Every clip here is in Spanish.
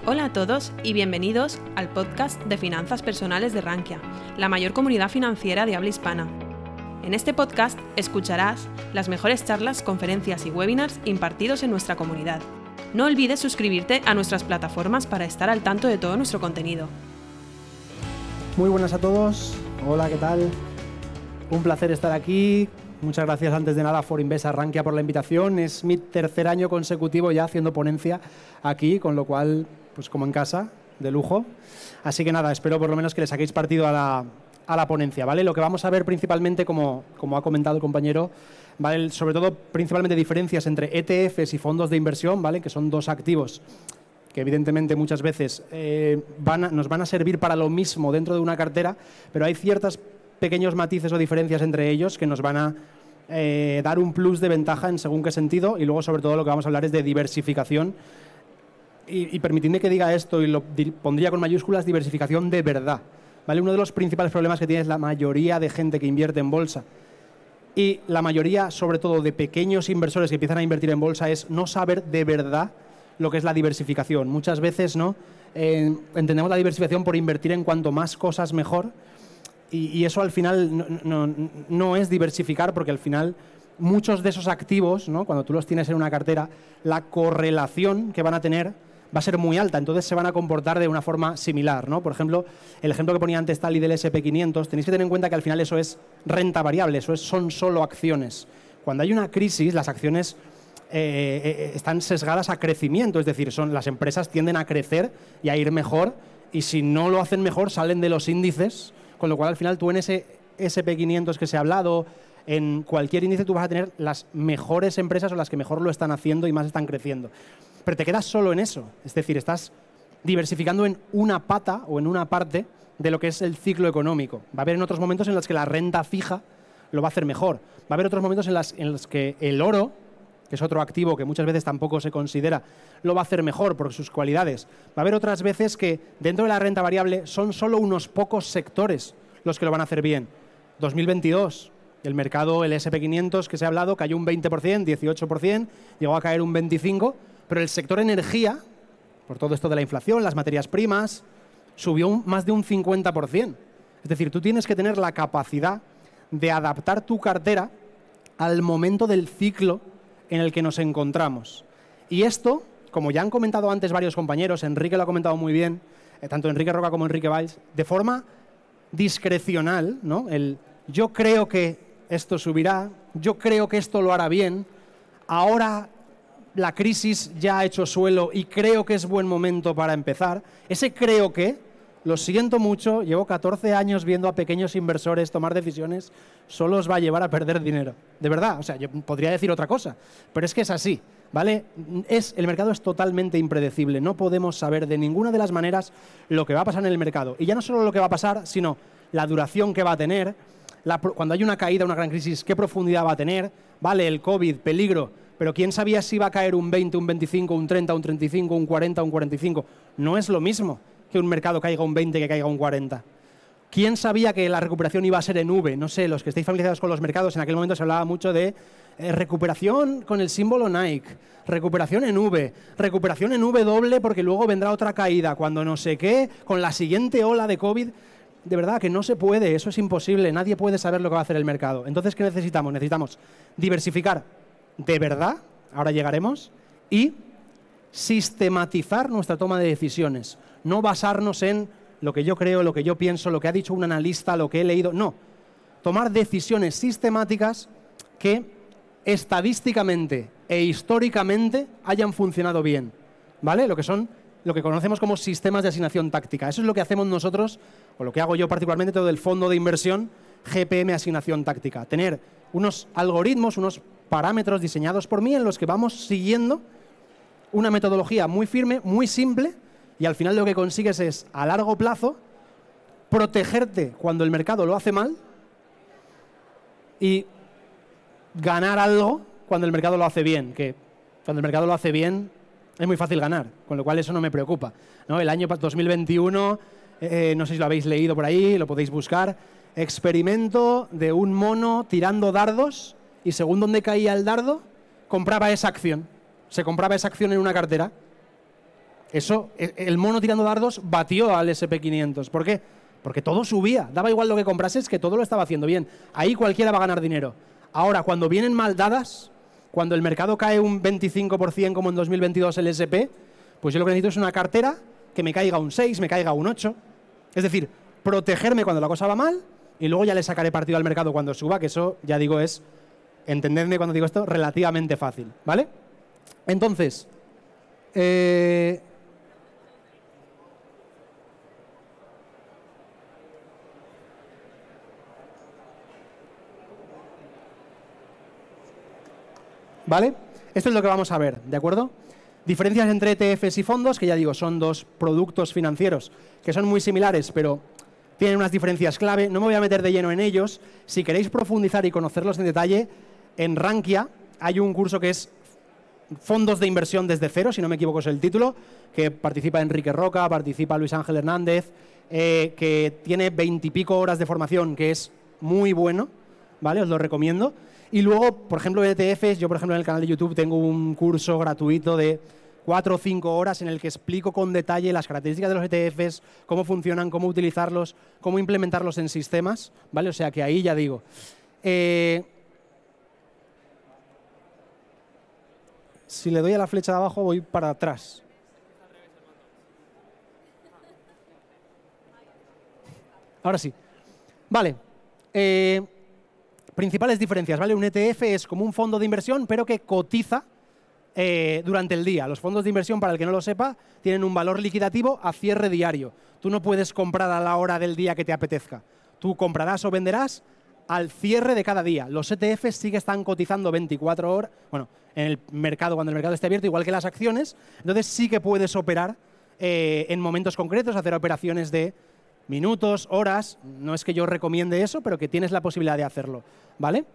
Hola a todos y bienvenidos al podcast de Finanzas Personales de Rankia, la mayor comunidad financiera de habla hispana. En este podcast escucharás las mejores charlas, conferencias y webinars impartidos en nuestra comunidad. No olvides suscribirte a nuestras plataformas para estar al tanto de todo nuestro contenido. Muy buenas a todos. Hola, ¿qué tal? Un placer estar aquí. Muchas gracias antes de nada a Forinvest Rankia por la invitación. Es mi tercer año consecutivo ya haciendo ponencia aquí, con lo cual, pues como en casa, de lujo. Así que nada, espero por lo menos que le saquéis partido a la ponencia, ¿vale? Lo que vamos a ver principalmente, como ha comentado el compañero, ¿vale? Sobre todo principalmente diferencias entre ETFs y fondos de inversión, ¿vale? Que son dos activos que evidentemente muchas veces nos van a servir para lo mismo dentro de una cartera, pero hay ciertos pequeños matices o diferencias entre ellos que nos van a dar un plus de ventaja en según qué sentido, y luego sobre todo lo que vamos a hablar es de diversificación. Y permitidme que diga esto, y lo pondría con mayúsculas, diversificación de verdad, ¿vale? Uno de los principales problemas que tiene la mayoría de gente que invierte en bolsa, y la mayoría, sobre todo, de pequeños inversores que empiezan a invertir en bolsa, es no saber de verdad lo que es la diversificación. Muchas veces entendemos la diversificación por invertir en cuanto más cosas mejor, y eso al final no es diversificar, porque al final muchos de esos activos, ¿no?, cuando tú los tienes en una cartera, la correlación que van a tener va a ser muy alta, entonces se van a comportar de una forma similar, ¿no? Por ejemplo, el ejemplo que ponía antes Tali del SP500, tenéis que tener en cuenta que al final eso es renta variable, son solo acciones. Cuando hay una crisis, las acciones están sesgadas a crecimiento, es decir, las empresas tienden a crecer y a ir mejor, y si no lo hacen mejor salen de los índices, con lo cual al final tú en ese SP500 que se ha hablado, en cualquier índice tú vas a tener las mejores empresas o las que mejor lo están haciendo y más están creciendo. Pero te quedas solo en eso, es decir, estás diversificando en una pata o en una parte de lo que es el ciclo económico. Va a haber en otros momentos en los que la renta fija lo va a hacer mejor. Va a haber otros momentos en los que el oro, que es otro activo que muchas veces tampoco se considera, lo va a hacer mejor por sus cualidades. Va a haber otras veces que dentro de la renta variable son solo unos pocos sectores los que lo van a hacer bien. 2022, el mercado, el SP500 que se ha hablado, cayó un 20%, 18%, llegó a caer un 25%, pero el sector energía, por todo esto de la inflación, las materias primas, subió más de un 50%. Es decir, tú tienes que tener la capacidad de adaptar tu cartera al momento del ciclo en el que nos encontramos. Y esto, como ya han comentado antes varios compañeros, Enrique lo ha comentado muy bien, tanto Enrique Roca como Enrique Valls, de forma discrecional, ¿no? Yo creo que esto subirá, yo creo que esto lo hará bien, ahora la crisis ya ha hecho suelo y creo que es buen momento para empezar. Ese creo que, lo siento mucho, llevo 14 años viendo a pequeños inversores tomar decisiones, solo os va a llevar a perder dinero. De verdad, o sea, yo podría decir otra cosa, pero es que es así, ¿vale? El mercado es totalmente impredecible, no podemos saber de ninguna de las maneras lo que va a pasar en el mercado. Y ya no solo lo que va a pasar, sino la duración que va a tener, cuando hay una caída, una gran crisis, qué profundidad va a tener, ¿vale? El COVID, peligro, pero ¿quién sabía si iba a caer un 20, un 25, un 30, un 35, un 40, un 45? No es lo mismo que un mercado caiga un 20 que caiga un 40. ¿Quién sabía que la recuperación iba a ser en V? No sé, los que estáis familiarizados con los mercados, en aquel momento se hablaba mucho de recuperación con el símbolo Nike, recuperación en V, recuperación en V doble porque luego vendrá otra caída, cuando no sé qué, con la siguiente ola de COVID. De verdad que no se puede, eso es imposible, nadie puede saber lo que va a hacer el mercado. Entonces, ¿qué necesitamos? Necesitamos diversificar de verdad, ahora llegaremos, y sistematizar nuestra toma de decisiones. No basarnos en lo que yo creo, lo que yo pienso, lo que ha dicho un analista, lo que he leído. No. Tomar decisiones sistemáticas que estadísticamente e históricamente hayan funcionado bien, ¿vale? Lo que conocemos como sistemas de asignación táctica. Eso es lo que hacemos nosotros, o lo que hago yo particularmente, todo el fondo de inversión GPM Asignación Táctica. Tener unos algoritmos, unos parámetros diseñados por mí en los que vamos siguiendo una metodología muy firme, muy simple, y al final lo que consigues es, a largo plazo, protegerte cuando el mercado lo hace mal y ganar algo cuando el mercado lo hace bien, que cuando el mercado lo hace bien es muy fácil ganar, con lo cual eso no me preocupa, ¿no? El año 2021, no sé si lo habéis leído por ahí, lo podéis buscar, experimento de un mono tirando dardos y según dónde caía el dardo, compraba esa acción. Se compraba esa acción en una cartera. Eso, el mono tirando dardos batió al SP500. ¿Por qué? Porque todo subía. Daba igual lo que comprases, que todo lo estaba haciendo bien. Ahí cualquiera va a ganar dinero. Ahora, cuando vienen mal dadas, cuando el mercado cae un 25% como en 2022 el SP, pues yo lo que necesito es una cartera que me caiga un 6, me caiga un 8. Es decir, protegerme cuando la cosa va mal y luego ya le sacaré partido al mercado cuando suba, que eso, ya digo, es, entendedme cuando digo esto, relativamente fácil, ¿vale? Entonces, ¿vale? Esto es lo que vamos a ver, ¿de acuerdo? Diferencias entre ETFs y fondos, que ya digo, son dos productos financieros que son muy similares, pero tienen unas diferencias clave. No me voy a meter de lleno en ellos. Si queréis profundizar y conocerlos en detalle, en Rankia hay un curso que es Fondos de Inversión desde cero, si no me equivoco es el título, que participa Enrique Roca, participa Luis Ángel Hernández, que tiene 20 y pico horas de formación, que es muy bueno, ¿vale? Os lo recomiendo. Y luego, por ejemplo, ETFs, yo por ejemplo en el canal de YouTube tengo un curso gratuito de 4 o 5 horas en el que explico con detalle las características de los ETFs, cómo funcionan, cómo utilizarlos, cómo implementarlos en sistemas, ¿vale? O sea que ahí ya digo. Si le doy a la flecha de abajo voy para atrás. Ahora sí. Vale. Principales diferencias, ¿vale? Un ETF es como un fondo de inversión, pero que cotiza durante el día. Los fondos de inversión, para el que no lo sepa, tienen un valor liquidativo a cierre diario. Tú no puedes comprar a la hora del día que te apetezca. Tú comprarás o venderás al cierre de cada día. Los ETFs sí que están cotizando 24 horas, bueno, en el mercado, cuando el mercado esté abierto, igual que las acciones. Entonces sí que puedes operar en momentos concretos, hacer operaciones de minutos, horas. No es que yo recomiende eso, pero que tienes la posibilidad de hacerlo, ¿vale?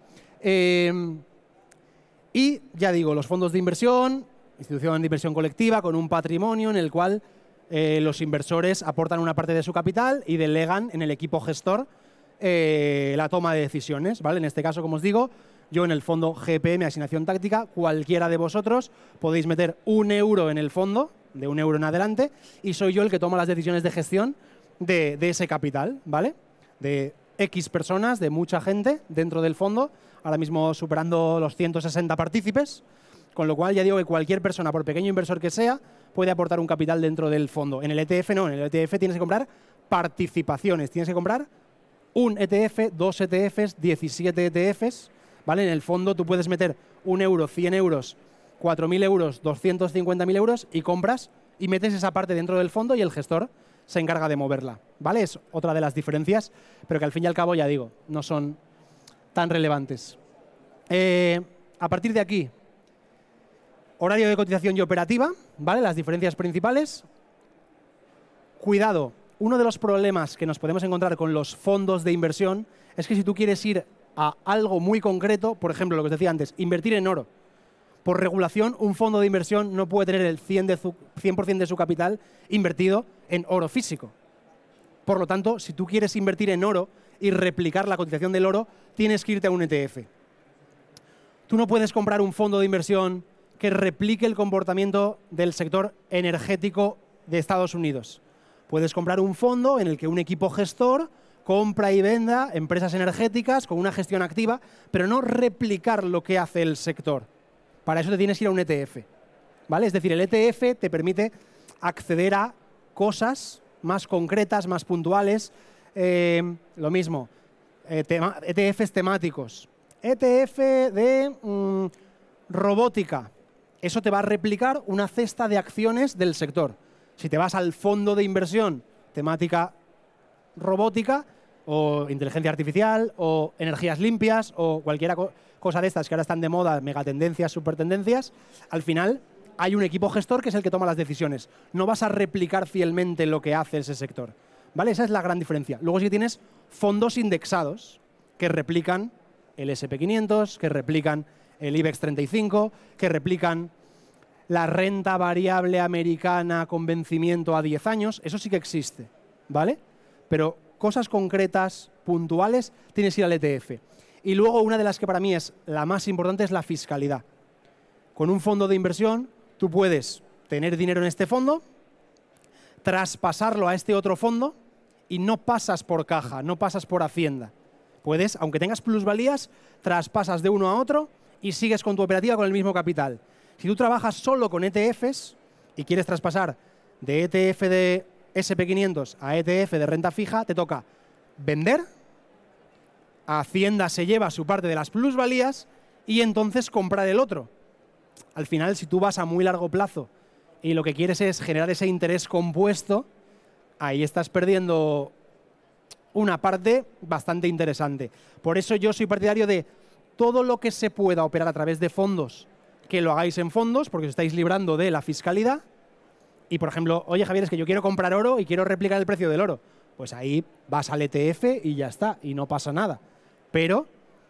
Y ya digo, los fondos de inversión, institución de inversión colectiva con un patrimonio en el cual los inversores aportan una parte de su capital y delegan en el equipo gestor la toma de decisiones, ¿vale? En este caso, como os digo, yo en el fondo GPM, asignación táctica, cualquiera de vosotros podéis meter 1 euro en el fondo, de 1 euro en adelante, y soy yo el que toma las decisiones de gestión de ese capital, ¿vale? De X personas, de mucha gente dentro del fondo, ahora mismo superando los 160 partícipes, con lo cual ya digo que cualquier persona, por pequeño inversor que sea, puede aportar un capital dentro del fondo. En el ETF no, en el ETF tienes que comprar participaciones, tienes que comprar un ETF, 2 ETFs, 17 ETFs, ¿vale? En el fondo tú puedes meter 1 euro, 100 euros, 4.000 euros, 250.000 euros y compras y metes esa parte dentro del fondo y el gestor se encarga de moverla, ¿vale? Es otra de las diferencias, pero que al fin y al cabo, ya digo, no son tan relevantes. A partir de aquí, horario de cotización y operativa, ¿vale? Las diferencias principales. Cuidado, uno de los problemas que nos podemos encontrar con los fondos de inversión es que si tú quieres ir a algo muy concreto, por ejemplo, lo que os decía antes, invertir en oro. Por regulación, un fondo de inversión no puede tener el 100% de su capital invertido en oro físico. Por lo tanto, si tú quieres invertir en oro y replicar la cotización del oro, tienes que irte a un ETF. Tú no puedes comprar un fondo de inversión que replique el comportamiento del sector energético de Estados Unidos. Puedes comprar un fondo en el que un equipo gestor compra y venda empresas energéticas con una gestión activa, pero no replicar lo que hace el sector. Para eso te tienes que ir a un ETF, ¿vale? Es decir, el ETF te permite acceder a cosas más concretas, más puntuales. Lo mismo, ETFs temáticos. ETF de robótica. Eso te va a replicar una cesta de acciones del sector. Si te vas al fondo de inversión temática robótica o inteligencia artificial o energías limpias o cualquier cosa de estas que ahora están de moda, megatendencias, supertendencias, al final hay un equipo gestor que es el que toma las decisiones. No vas a replicar fielmente lo que hace ese sector, ¿vale? Esa es la gran diferencia. Luego sí tienes fondos indexados que replican el SP500, que replican el IBEX 35, que replican la renta variable americana con vencimiento a 10 años. Eso sí que existe, ¿vale? Pero cosas concretas, puntuales, tienes que ir al ETF. Y luego una de las que para mí es la más importante es la fiscalidad. Con un fondo de inversión tú puedes tener dinero en este fondo, traspasarlo a este otro fondo y no pasas por caja, no pasas por Hacienda. Puedes, aunque tengas plusvalías, traspasas de uno a otro y sigues con tu operativa con el mismo capital. Si tú trabajas solo con ETFs y quieres traspasar de ETF de SP500 a ETF de renta fija, te toca vender, Hacienda se lleva su parte de las plusvalías y entonces comprar el otro. Al final, si tú vas a muy largo plazo y lo que quieres es generar ese interés compuesto, ahí estás perdiendo una parte bastante interesante. Por eso yo soy partidario de todo lo que se pueda operar a través de fondos, que lo hagáis en fondos, porque os estáis librando de la fiscalidad. Y, por ejemplo, oye, Javier, es que yo quiero comprar oro y quiero replicar el precio del oro. Pues ahí vas al ETF y ya está, y no pasa nada. Pero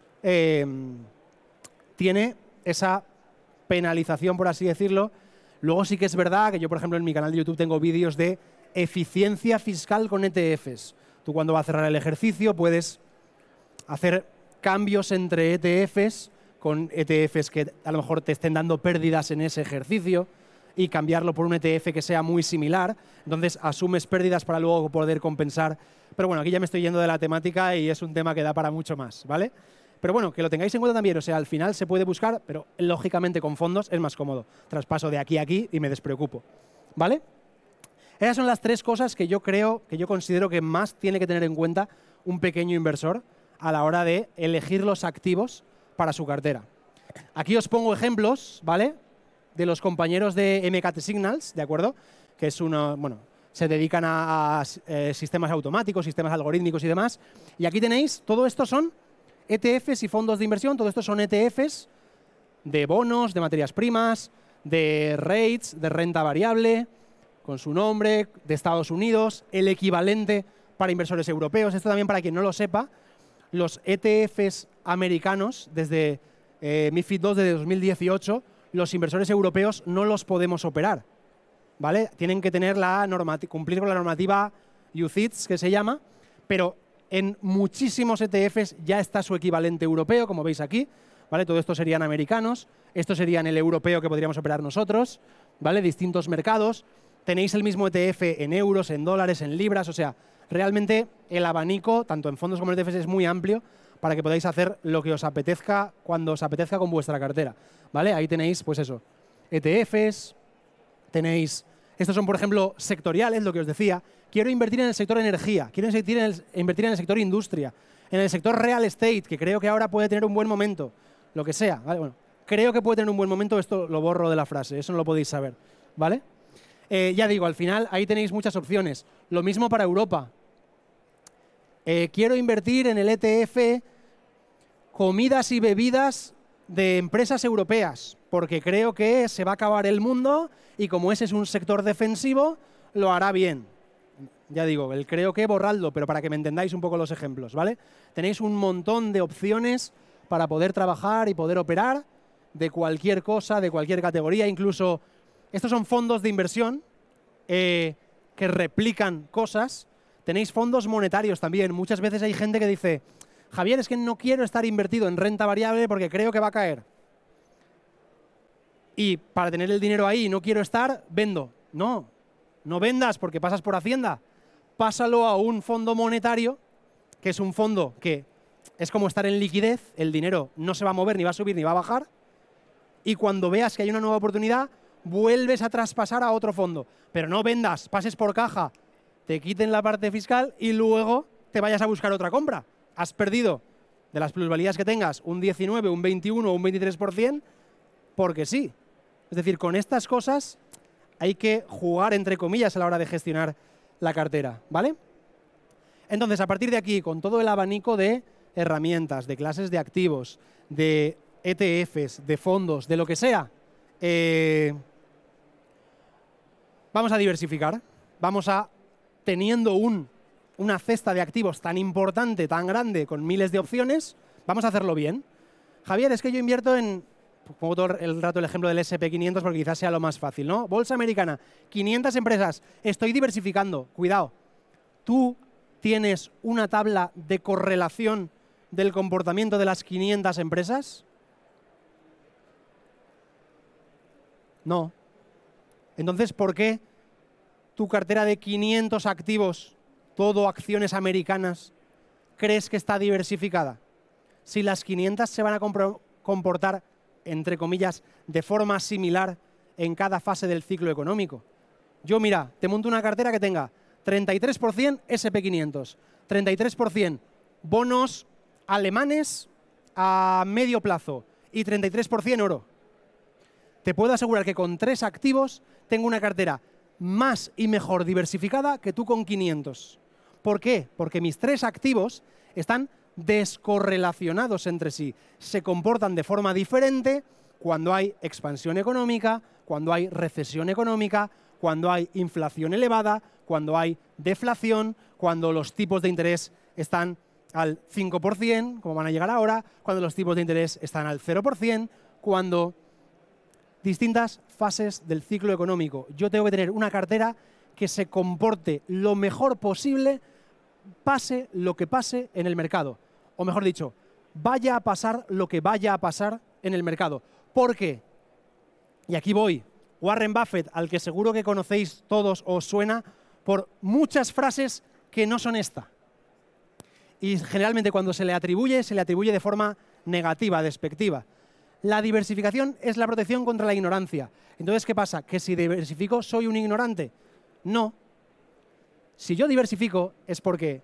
tiene esa penalización, por así decirlo. Luego sí que es verdad que yo, por ejemplo, en mi canal de YouTube tengo vídeos de eficiencia fiscal con ETFs. Tú cuando vas a cerrar el ejercicio puedes hacer cambios entre ETFs con ETFs que a lo mejor te estén dando pérdidas en ese ejercicio y cambiarlo por un ETF que sea muy similar. Entonces asumes pérdidas para luego poder compensar. Pero bueno, aquí ya me estoy yendo de la temática y es un tema que da para mucho más, ¿vale? Pero bueno, que lo tengáis en cuenta también. O sea, al final se puede buscar, pero lógicamente con fondos es más cómodo. Traspaso de aquí a aquí y me despreocupo, ¿vale? Esas son las 3 cosas que yo considero que más tiene que tener en cuenta un pequeño inversor a la hora de elegir los activos para su cartera. Aquí os pongo ejemplos, ¿vale?, de los compañeros de MKT Signals, ¿de acuerdo? Que es se dedican a sistemas automáticos, sistemas algorítmicos y demás. Y aquí tenéis, todo esto son ETFs y fondos de inversión, todo esto son ETFs de bonos, de materias primas, de rates, de renta variable, con su nombre, de Estados Unidos, el equivalente para inversores europeos. Esto también, para quien no lo sepa, los ETFs americanos, desde MiFID II de 2018, los inversores europeos no los podemos operar, ¿vale? Tienen que tener cumplir con la normativa UCITS, que se llama, pero en muchísimos ETFs ya está su equivalente europeo, como veis aquí, ¿vale? Todo esto serían americanos, esto serían el europeo que podríamos operar nosotros, ¿vale? Distintos mercados. Tenéis el mismo ETF en euros, en dólares, en libras, o sea, realmente el abanico, tanto en fondos como en ETFs, es muy amplio para que podáis hacer lo que os apetezca cuando os apetezca con vuestra cartera, ¿vale? Ahí tenéis, pues eso, ETFs, tenéis... Estos son, por ejemplo, sectoriales, lo que os decía. Quiero invertir en el sector energía, quiero invertir en el sector industria, en el sector real estate, que creo que ahora puede tener un buen momento, lo que sea, ¿vale? Bueno, creo que puede tener un buen momento, esto lo borro de la frase, eso no lo podéis saber, ¿vale? Ya digo, al final ahí tenéis muchas opciones. Lo mismo para Europa. Quiero invertir en el ETF comidas y bebidas de empresas europeas, porque creo que se va a acabar el mundo y como ese es un sector defensivo, lo hará bien. Ya digo, el creo que borradlo, pero para que me entendáis un poco los ejemplos, ¿vale? Tenéis un montón de opciones para poder trabajar y poder operar de cualquier cosa, de cualquier categoría, incluso... Estos son fondos de inversión que replican cosas. Tenéis fondos monetarios también. Muchas veces hay gente que dice, Javier, es que no quiero estar invertido en renta variable porque creo que va a caer. Y para tener el dinero ahí no quiero estar, vendo. No, no vendas porque pasas por Hacienda. Pásalo a un fondo monetario, que es un fondo que es como estar en liquidez, el dinero no se va a mover, ni va a subir, ni va a bajar. Y cuando veas que hay una nueva oportunidad, vuelves a traspasar a otro fondo. Pero no vendas, pases por caja, te quiten la parte fiscal y luego te vayas a buscar otra compra. Has perdido de las plusvalías que tengas un 19, un 21 o un 23% porque sí. Es decir, con estas cosas hay que jugar, entre comillas, a la hora de gestionar la cartera, ¿vale? Entonces, a partir de aquí, con todo el abanico de herramientas, de clases de activos, de ETFs, de fondos, de lo que sea, vamos a diversificar, vamos a, teniendo una cesta de activos tan importante, tan grande, con miles de opciones, vamos a hacerlo bien. Javier, es que yo invierto en, pongo todo el rato el ejemplo del SP500 porque quizás sea lo más fácil, ¿no? Bolsa americana, 500 empresas, estoy diversificando, cuidado. Tú tienes una tabla de correlación del comportamiento de las 500 empresas. No. Entonces, ¿por qué tu cartera de 500 activos, todo acciones americanas, crees que está diversificada? Si las 500 se van a comportar, entre comillas, de forma similar en cada fase del ciclo económico. Yo, mira, te monto una cartera que tenga 33% SP500, 33% bonos alemanes a medio plazo y 33% oro. Te puedo asegurar que con 3 activos tengo una cartera más y mejor diversificada que tú con 500. ¿Por qué? Porque mis 3 activos están descorrelacionados entre sí. Se comportan de forma diferente cuando hay expansión económica, cuando hay recesión económica, cuando hay inflación elevada, cuando hay deflación, cuando los tipos de interés están al 5%, como van a llegar ahora, cuando los tipos de interés están al 0%, cuando distintas fases del ciclo económico. Yo tengo que tener una cartera que se comporte lo mejor posible, pase lo que pase en el mercado. O mejor dicho, vaya a pasar lo que vaya a pasar en el mercado. ¿Por qué? Y aquí voy. Warren Buffett, al que seguro que conocéis todos, os suena por muchas frases que no son esta. Y generalmente cuando se le atribuye de forma negativa, despectiva. La diversificación es la protección contra la ignorancia. Entonces, ¿qué pasa? ¿Que si diversifico soy un ignorante? No. Si yo diversifico es porque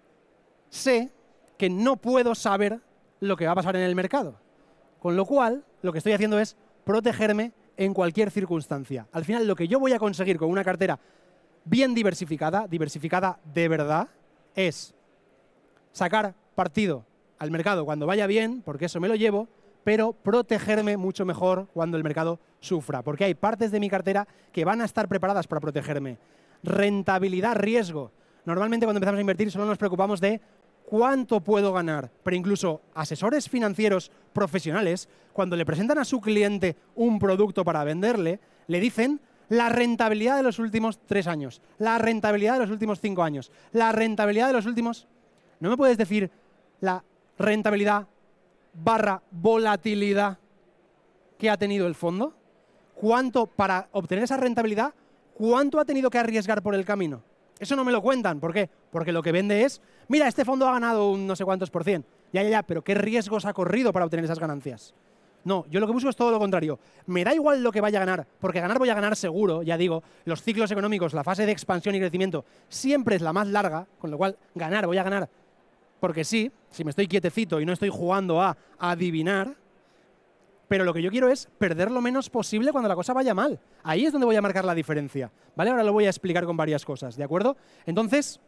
sé que no puedo saber lo que va a pasar en el mercado. Con lo cual, lo que estoy haciendo es protegerme en cualquier circunstancia. Al final, lo que yo voy a conseguir con una cartera bien diversificada de verdad, es sacar partido al mercado cuando vaya bien, porque eso me lo llevo, pero protegerme mucho mejor cuando el mercado sufra, porque hay partes de mi cartera que van a estar preparadas para protegerme. Rentabilidad, riesgo. Normalmente cuando empezamos a invertir solo nos preocupamos de cuánto puedo ganar, pero incluso asesores financieros profesionales, cuando le presentan a su cliente un producto para venderle, le dicen la rentabilidad de los últimos 3 años, la rentabilidad de los últimos 5 años, la rentabilidad de los últimos... ¿No me puedes decir la rentabilidad / volatilidad que ha tenido el fondo? ¿Cuánto, para obtener esa rentabilidad, cuánto ha tenido que arriesgar por el camino? Eso no me lo cuentan. ¿Por qué? Porque lo que vende es, mira, este fondo ha ganado un no sé cuántos %. Ya, pero ¿qué riesgos ha corrido para obtener esas ganancias? No, yo lo que busco es todo lo contrario. Me da igual lo que vaya a ganar, porque ganar voy a ganar seguro, ya digo, los ciclos económicos, la fase de expansión y crecimiento siempre es la más larga, con lo cual ganar voy a ganar porque sí, si me estoy quietecito y no estoy jugando a adivinar, pero lo que yo quiero es perder lo menos posible cuando la cosa vaya mal. Ahí es donde voy a marcar la diferencia, ¿vale? Ahora lo voy a explicar con varias cosas, ¿de acuerdo? Entonces,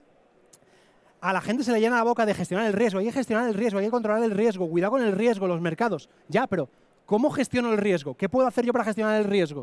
a la gente se le llena la boca de gestionar el riesgo. Hay que gestionar el riesgo, hay que controlar el riesgo, cuidado con el riesgo, los mercados. Ya, pero ¿cómo gestiono el riesgo? ¿Qué puedo hacer yo para gestionar el riesgo?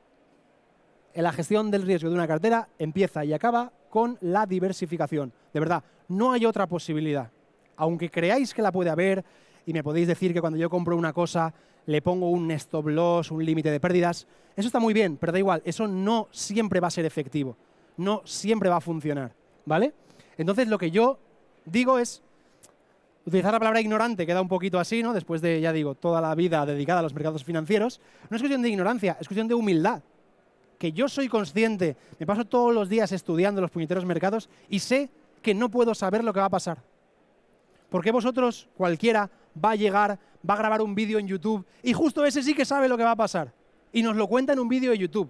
La gestión del riesgo de una cartera empieza y acaba con la diversificación. De verdad, no hay otra posibilidad. Aunque creáis que la puede haber y me podéis decir que cuando yo compro una cosa le pongo un stop loss, un límite de pérdidas, eso está muy bien, pero da igual, eso no siempre va a ser efectivo, no siempre va a funcionar, ¿vale? Entonces lo que yo digo es, utilizar la palabra ignorante queda un poquito así, ¿no? Después de, ya digo, toda la vida dedicada a los mercados financieros, no es cuestión de ignorancia, es cuestión de humildad. Que yo soy consciente, me paso todos los días estudiando los puñeteros mercados y sé que no puedo saber lo que va a pasar. Porque vosotros, cualquiera, va a llegar, va a grabar un vídeo en YouTube y justo ese sí que sabe lo que va a pasar. Y nos lo cuenta en un vídeo de YouTube.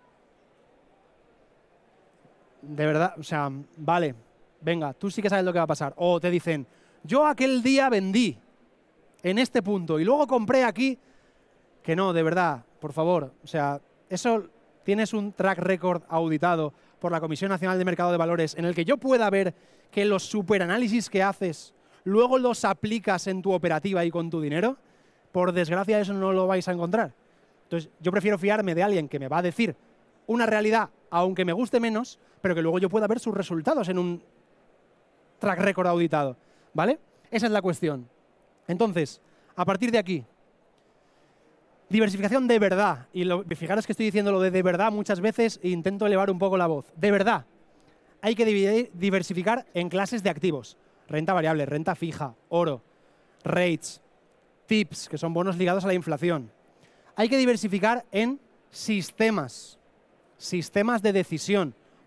De verdad, o sea, vale, venga, tú sí que sabes lo que va a pasar. O te dicen, yo aquel día vendí en este punto y luego compré aquí. Que no, de verdad, por favor, o sea, eso... Tienes un track record auditado por la Comisión Nacional de Mercado de Valores en el que yo pueda ver que los superanálisis que haces luego los aplicas en tu operativa y con tu dinero. Por desgracia, eso no lo vais a encontrar. Entonces, yo prefiero fiarme de alguien que me va a decir una realidad, aunque me guste menos, pero que luego yo pueda ver sus resultados en un track record auditado, ¿vale? Esa es la cuestión. Entonces, a partir de aquí, diversificación de verdad. Y fijaros que estoy diciendo lo de verdad muchas veces e intento elevar un poco la voz. De verdad. Hay que diversificar en clases de activos. Renta variable, renta fija, oro, rates, tips, que son bonos ligados a la inflación. Hay que diversificar en sistemas. Sistemas de decisión.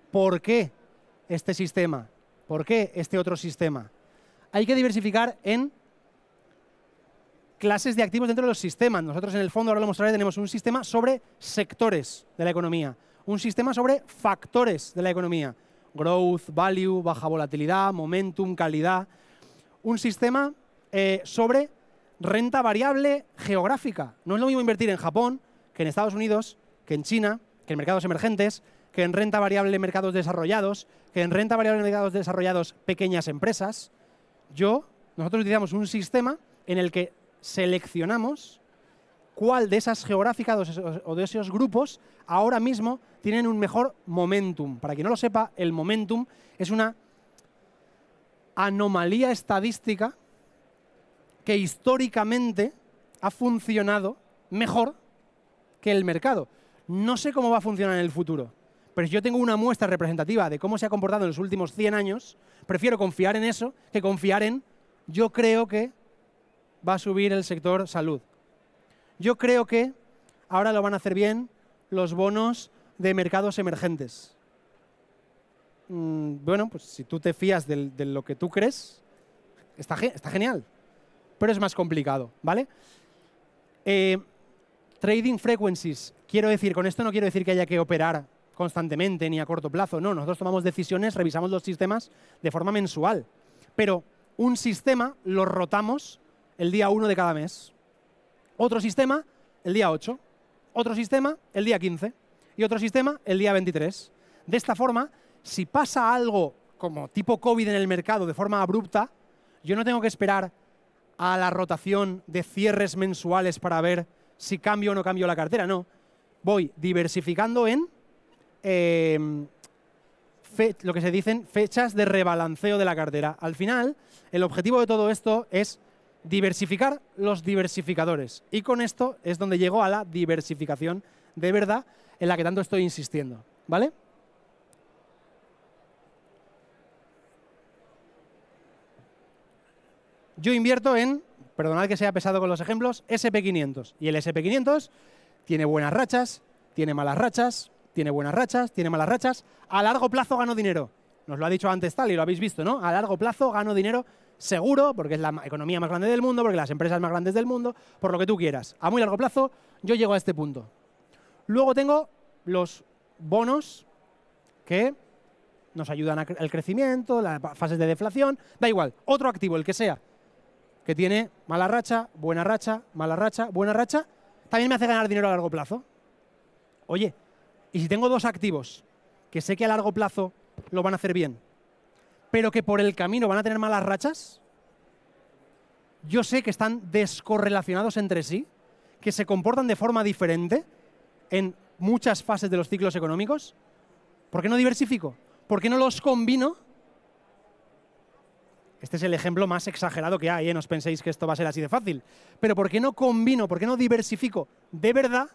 ¿Por qué este sistema? ¿Por qué este otro sistema? Hay que diversificar en clases de activos dentro de los sistemas. Nosotros en el fondo, ahora lo mostraré, tenemos un sistema sobre sectores de la economía, un sistema sobre factores de la economía, growth, value, baja volatilidad, momentum, calidad, un sistema sobre renta variable geográfica. No es lo mismo invertir en Japón que en Estados Unidos, que en China, que en mercados emergentes, que en renta variable en mercados desarrollados, que en renta variable en mercados desarrollados pequeñas empresas. Nosotros utilizamos un sistema en el que seleccionamos cuál de esas geográficas o de esos grupos ahora mismo tienen un mejor momentum. Para quien no lo sepa, el momentum es una anomalía estadística que históricamente ha funcionado mejor que el mercado. No sé cómo va a funcionar en el futuro, pero si yo tengo una muestra representativa de cómo se ha comportado en los últimos 100 años, prefiero confiar en eso que confiar en yo creo que va a subir el sector salud. Yo creo que ahora lo van a hacer bien los bonos de mercados emergentes. Bueno, pues si tú te fías de lo que tú crees, está genial, pero es más complicado, ¿vale? Trading frequencies. Con esto no quiero decir que haya que operar constantemente ni a corto plazo. No, nosotros tomamos decisiones, revisamos los sistemas de forma mensual. Pero un sistema lo rotamos el día 1 de cada mes. Otro sistema el día 8. Otro sistema el día 15. Y otro sistema el día 23. De esta forma, si pasa algo como tipo COVID en el mercado de forma abrupta, yo no tengo que esperar a la rotación de cierres mensuales para ver si cambio o no cambio la cartera. No, voy diversificando en lo que se dicen fechas de rebalanceo de la cartera. Al final, el objetivo de todo esto es diversificar los diversificadores. Y con esto es donde llego a la diversificación de verdad en la que tanto estoy insistiendo, ¿vale? Yo invierto en, perdonad que sea pesado con los ejemplos, SP500. Y el SP500 tiene buenas rachas, tiene malas rachas, tiene buenas rachas, tiene malas rachas. A largo plazo gano dinero. Nos lo ha dicho antes tal y lo habéis visto, ¿no? A largo plazo gano dinero seguro, porque es la economía más grande del mundo, porque las empresas más grandes del mundo, por lo que tú quieras. A muy largo plazo yo llego a este punto. Luego tengo los bonos que nos ayudan al crecimiento, las fases de deflación, da igual, otro activo, el que sea, que tiene mala racha, buena racha, mala racha, buena racha, también me hace ganar dinero a largo plazo. Oye, y si tengo dos activos que sé que a largo plazo lo van a hacer bien, pero que por el camino van a tener malas rachas, yo sé que están descorrelacionados entre sí, que se comportan de forma diferente en muchas fases de los ciclos económicos. ¿Por qué no diversifico? ¿Por qué no los combino? Este es el ejemplo más exagerado que hay, ¿eh? No os penséis que esto va a ser así de fácil. Pero ¿por qué no combino, por qué no diversifico de verdad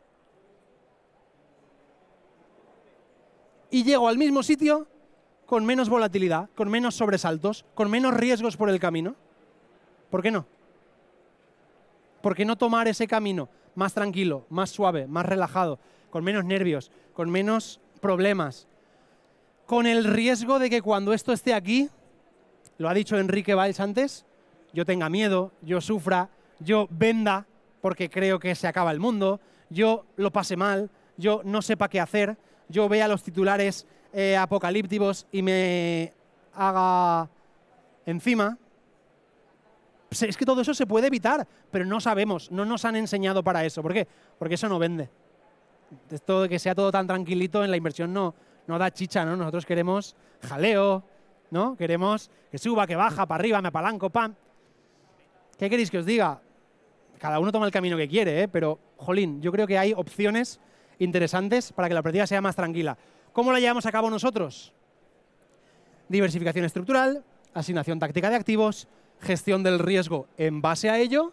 y llego al mismo sitio con menos volatilidad, con menos sobresaltos, con menos riesgos por el camino? ¿Por qué no? ¿Por qué no tomar ese camino más tranquilo, más suave, más relajado, con menos nervios, con menos problemas, con el riesgo de que cuando esto esté aquí, lo ha dicho Enrique Valls antes, yo tenga miedo, yo sufra, yo venda porque creo que se acaba el mundo, yo lo pase mal, yo no sepa qué hacer, yo vea los titulares apocalípticos y me haga encima? Es que todo eso se puede evitar, pero no sabemos, no nos han enseñado para eso. ¿Por qué? Porque eso no vende. Esto de que sea todo tan tranquilito en la inversión no da chicha, ¿no? Nosotros queremos jaleo, ¿no? Queremos que suba, que baja, para arriba, me apalanco, pam. ¿Qué queréis que os diga? Cada uno toma el camino que quiere, ¿eh? Pero, jolín, yo creo que hay opciones interesantes para que la operativa sea más tranquila. ¿Cómo la llevamos a cabo nosotros? Diversificación estructural, asignación táctica de activos, gestión del riesgo en base a ello.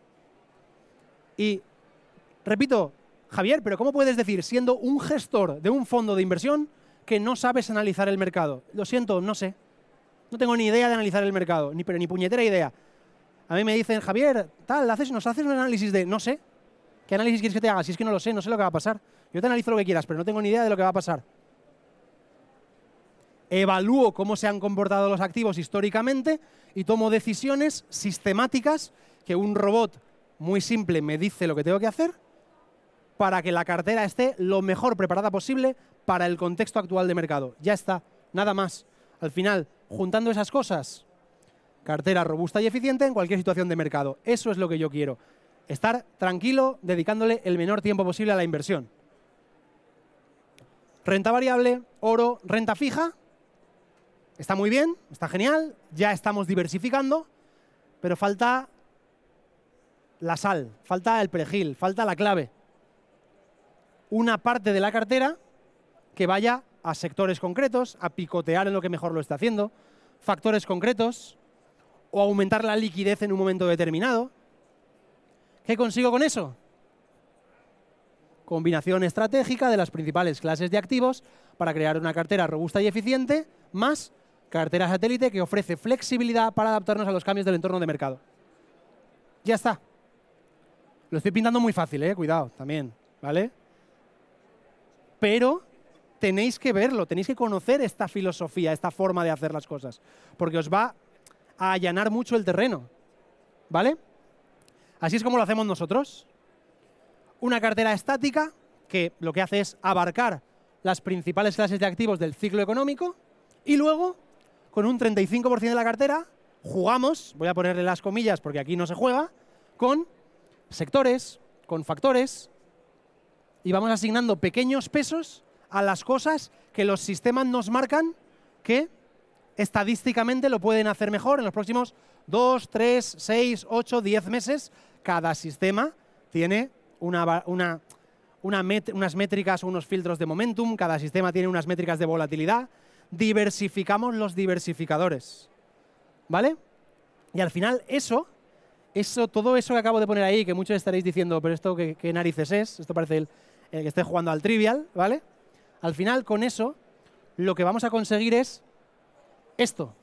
Y, repito, Javier, pero ¿cómo puedes decir, siendo un gestor de un fondo de inversión, que no sabes analizar el mercado? Lo siento, no sé. No tengo ni idea de analizar el mercado, pero ni puñetera idea. A mí me dicen, Javier, tal, nos haces un análisis de... No sé. ¿Qué análisis quieres que te haga? Si es que no lo sé, no sé lo que va a pasar. Yo te analizo lo que quieras, pero no tengo ni idea de lo que va a pasar. evalúo cómo se han comportado los activos históricamente y tomo decisiones sistemáticas que un robot muy simple me dice lo que tengo que hacer para que la cartera esté lo mejor preparada posible para el contexto actual de mercado. Ya está, nada más. Al final, juntando esas cosas, cartera robusta y eficiente en cualquier situación de mercado. Eso es lo que yo quiero. Estar tranquilo, dedicándole el menor tiempo posible a la inversión. Renta variable, oro, renta fija. Está muy bien, está genial, ya estamos diversificando, pero falta la sal, falta el perejil, falta la clave. Una parte de la cartera que vaya a sectores concretos, a picotear en lo que mejor lo está haciendo, factores concretos, o aumentar la liquidez en un momento determinado. ¿Qué consigo con eso? Combinación estratégica de las principales clases de activos para crear una cartera robusta y eficiente, más cartera satélite que ofrece flexibilidad para adaptarnos a los cambios del entorno de mercado. Ya está. Lo estoy pintando muy fácil, cuidado, también, ¿vale? Pero tenéis que verlo, tenéis que conocer esta filosofía, esta forma de hacer las cosas, porque os va a allanar mucho el terreno, ¿vale? Así es como lo hacemos nosotros. Una cartera estática que lo que hace es abarcar las principales clases de activos del ciclo económico y luego, con un 35% de la cartera, jugamos, voy a ponerle las comillas porque aquí no se juega, con sectores, con factores, y vamos asignando pequeños pesos a las cosas que los sistemas nos marcan que estadísticamente lo pueden hacer mejor en los próximos 2, 3, 6, 8, 10 meses. Cada sistema tiene unas métricas o unos filtros de momentum, cada sistema tiene unas métricas de volatilidad. Diversificamos los diversificadores, ¿vale? Y al final todo eso que acabo de poner ahí, que muchos estaréis diciendo, pero esto qué narices es, esto parece el que esté jugando al Trivial, ¿vale? Al final, con eso, lo que vamos a conseguir es esto.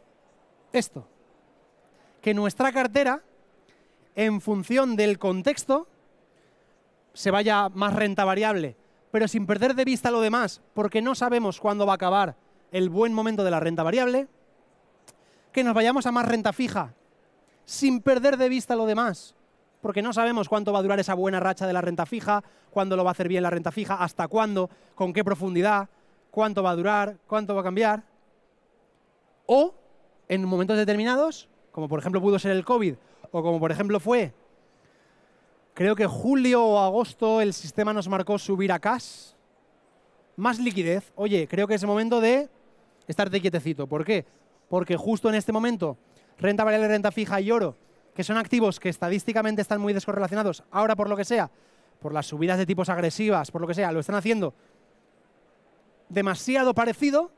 Que nuestra cartera, en función del contexto, se vaya más renta variable, pero sin perder de vista lo demás, porque no sabemos cuándo va a acabar el buen momento de la renta variable, que nos vayamos a más renta fija, sin perder de vista lo demás, porque no sabemos cuánto va a durar esa buena racha de la renta fija, cuándo lo va a hacer bien la renta fija, hasta cuándo, con qué profundidad, cuánto va a durar, cuánto va a cambiar. O, en momentos determinados, como por ejemplo pudo ser el COVID, o como por ejemplo fue, creo que julio o agosto, el sistema nos marcó subir a cash, más liquidez. Oye, creo que es el momento de estarte quietecito. ¿Por qué? Porque justo en este momento, renta variable, renta fija y oro, que son activos que estadísticamente están muy descorrelacionados, ahora por lo que sea, por las subidas de tipos agresivas, por lo que sea, lo están haciendo demasiado parecido,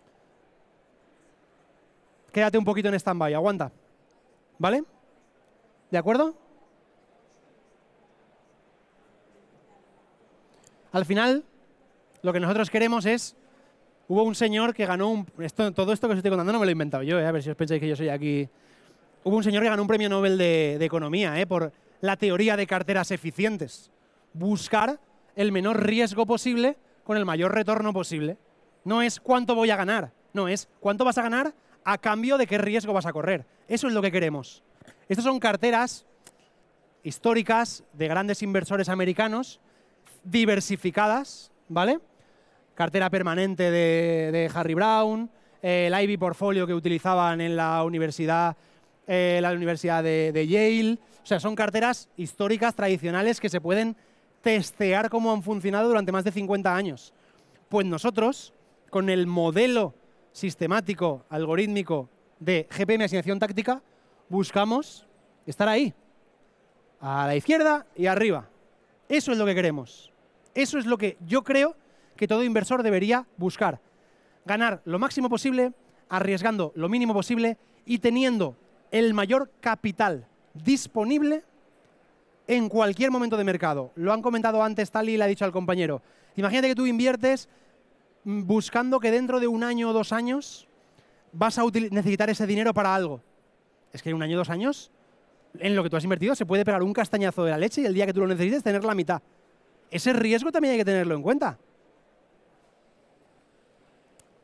quédate un poquito en stand-by, aguanta. ¿Vale? ¿De acuerdo? Al final, lo que nosotros queremos es... Hubo un señor que ganó todo esto que os estoy contando no me lo he inventado yo, a ver si os pensáis que yo soy aquí... Hubo un señor que ganó un premio Nobel de Economía por la teoría de carteras eficientes. Buscar el menor riesgo posible con el mayor retorno posible. No es cuánto voy a ganar, no, es cuánto vas a ganar a cambio de qué riesgo vas a correr. Eso es lo que queremos. Estas son carteras históricas de grandes inversores americanos, diversificadas, ¿vale? Cartera permanente de Harry Brown, el Ivy Portfolio que utilizaban en la universidad de Yale. O sea, son carteras históricas, tradicionales, que se pueden testear cómo han funcionado durante más de 50 años. Pues nosotros, con el modelo sistemático, algorítmico de GPM asignación táctica, buscamos estar ahí, a la izquierda y arriba. Eso es lo que queremos. Eso es lo que yo creo que todo inversor debería buscar. Ganar lo máximo posible, arriesgando lo mínimo posible y teniendo el mayor capital disponible en cualquier momento de mercado. Lo han comentado antes, Tali le ha dicho al compañero. Imagínate que tú inviertes buscando que dentro de un año o 2 años vas a necesitar ese dinero para algo. Es que en un año o 2 años, en lo que tú has invertido, se puede pegar un castañazo de la leche y el día que tú lo necesites tener la mitad. Ese riesgo también hay que tenerlo en cuenta.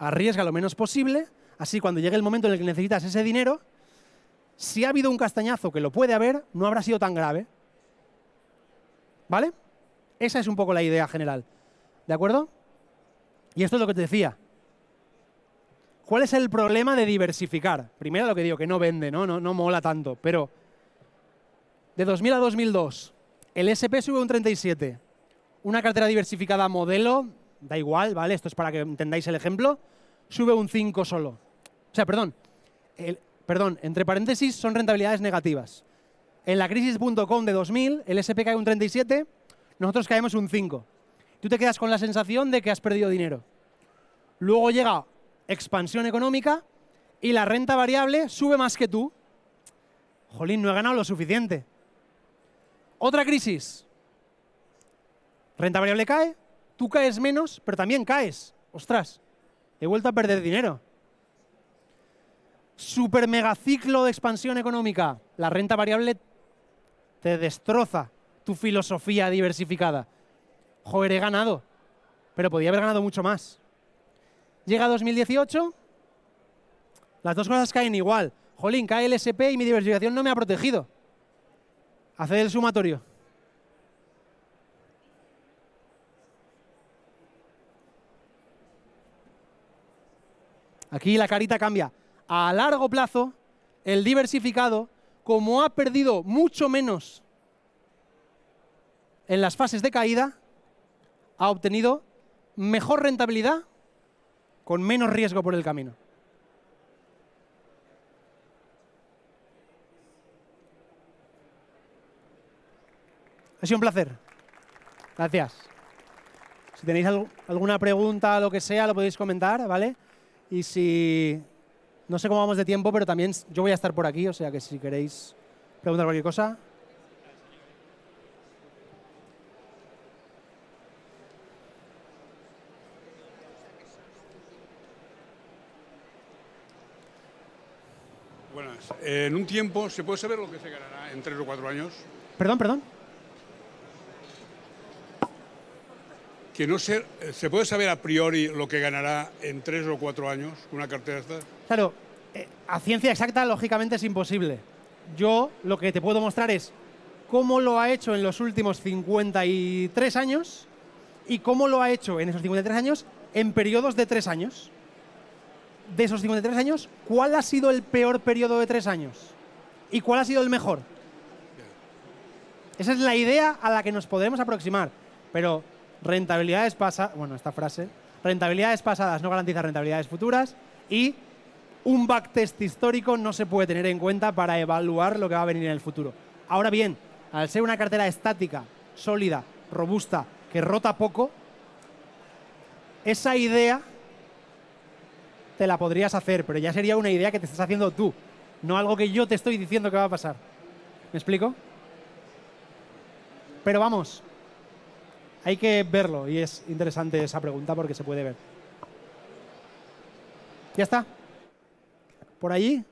arriesga lo menos posible, así cuando llegue el momento en el que necesitas ese dinero, si ha habido un castañazo, que lo puede haber, no habrá sido tan grave. ¿Vale? Esa es un poco la idea general. ¿De acuerdo? Y esto es lo que te decía. ¿Cuál es el problema de diversificar? Primero lo que digo, que no vende, no mola tanto, pero de 2000 a 2002, el S&P sube un 37. Una cartera diversificada modelo, da igual, ¿vale? Esto es para que entendáis el ejemplo, sube un 5 solo. O sea, perdón, entre paréntesis son rentabilidades negativas. En la crisis.com de 2000, el S&P cae un 37, nosotros caemos un 5. Tú te quedas con la sensación de que has perdido dinero. Luego llega expansión económica y la renta variable sube más que tú. Jolín, no he ganado lo suficiente. Otra crisis. Renta variable cae, tú caes menos, pero también caes. Ostras, he vuelto a perder dinero. Super mega ciclo de expansión económica. La renta variable te destroza tu filosofía diversificada. Joder, he ganado, pero podía haber ganado mucho más. Llega 2018, las dos cosas caen igual. Jolín, cae el S&P y mi diversificación no me ha protegido. Haced el sumatorio. Aquí la carita cambia. A largo plazo, el diversificado, como ha perdido mucho menos en las fases de caída, ha obtenido mejor rentabilidad con menos riesgo por el camino. Ha sido un placer. Gracias. Si tenéis alguna pregunta o lo que sea, lo podéis comentar, ¿vale? Y si... No sé cómo vamos de tiempo, pero también yo voy a estar por aquí, o sea que si queréis preguntar cualquier cosa... Buenas. En un tiempo, ¿se puede saber lo que se ganará en 3 o 4 años? Perdón. Que no se puede saber a priori lo que ganará en 3 o 4 años una cartera esta. Claro, a ciencia exacta, lógicamente, es imposible. Yo lo que te puedo mostrar es cómo lo ha hecho en los últimos 53 años y cómo lo ha hecho en esos 53 años en periodos de 3 años. De esos 53 años, ¿cuál ha sido el peor periodo de 3 años? ¿Y cuál ha sido el mejor? Esa es la idea a la que nos podremos aproximar. Pero rentabilidades pasadas, bueno, esta frase, rentabilidades pasadas no garantizan rentabilidades futuras y un backtest histórico no se puede tener en cuenta para evaluar lo que va a venir en el futuro. Ahora bien, al ser una cartera estática, sólida, robusta, que rota poco, esa idea te la podrías hacer, pero ya sería una idea que te estás haciendo tú, no algo que yo te estoy diciendo que va a pasar. ¿Me explico? Pero vamos, hay que verlo y es interesante esa pregunta porque se puede ver. ¿Ya está? ¿Por allí?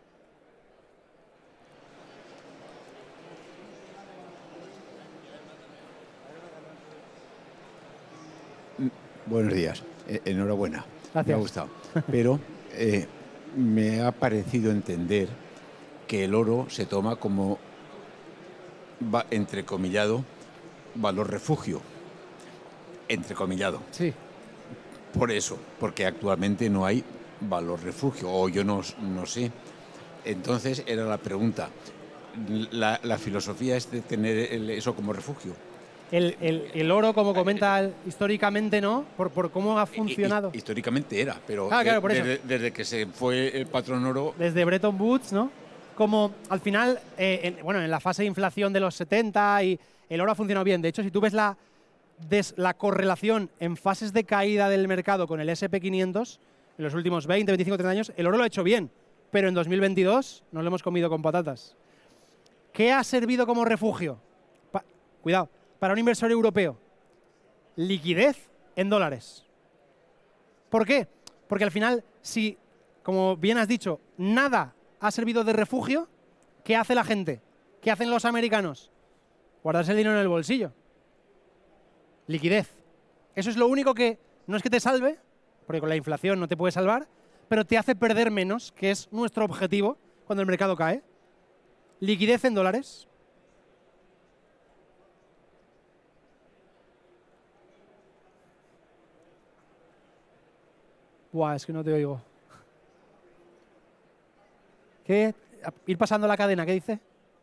Buenos días. Enhorabuena. Gracias. Me ha gustado. Pero me ha parecido entender que el oro se toma como, entrecomillado, valor refugio. Entrecomillado. Sí. Por eso, porque actualmente no hay valor refugio, o yo no sé. Entonces era la pregunta. La filosofía es de tener eso como refugio. El oro, como comenta históricamente, ¿no? Por cómo ha funcionado. Históricamente era, pero claro, por eso. Desde que se fue el patrón oro... Desde Bretton Woods, ¿no? Como al final, en la fase de inflación de los 70 y el oro ha funcionado bien. De hecho, si tú ves la correlación en fases de caída del mercado con el S&P 500, en los últimos 20, 25, 30 años, el oro lo ha hecho bien. Pero en 2022 nos lo hemos comido con patatas. ¿Qué ha servido como refugio? Cuidado. Para un inversor europeo, liquidez en dólares. ¿Por qué? Porque al final, si, como bien has dicho, nada ha servido de refugio, ¿qué hace la gente? ¿Qué hacen los americanos? Guardarse el dinero en el bolsillo. Liquidez. Eso es lo único que no es que te salve, porque con la inflación no te puede salvar, pero te hace perder menos, que es nuestro objetivo cuando el mercado cae. Liquidez en dólares. Buah, es que no te oigo. ¿Qué? Ir pasando la cadena, ¿qué dice?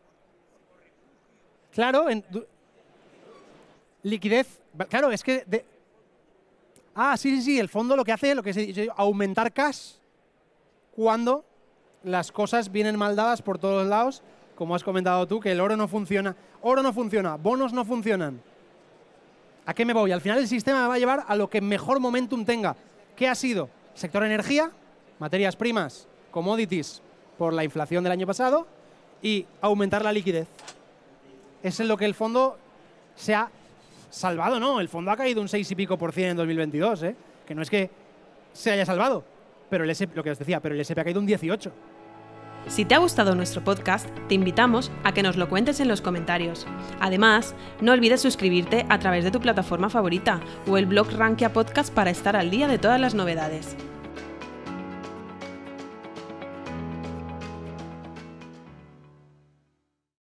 Claro, liquidez. Claro, es que... sí, el fondo lo que hace es aumentar cash cuando las cosas vienen mal dadas por todos lados, como has comentado tú, que el oro no funciona. Oro no funciona, bonos no funcionan. ¿A qué me voy? Al final el sistema me va a llevar a lo que mejor momentum tenga. ¿Qué ha sido? Sector energía, materias primas, commodities por la inflación del año pasado y aumentar la liquidez. Es en lo que el fondo se ha salvado, ¿no? El fondo ha caído un 6 y pico % en 2022, ¿eh? Que no es que se haya salvado, pero lo que os decía, pero el S&P ha caído un 18. Si te ha gustado nuestro podcast, te invitamos a que nos lo cuentes en los comentarios. Además, no olvides suscribirte a través de tu plataforma favorita o el blog Rankia Podcast para estar al día de todas las novedades.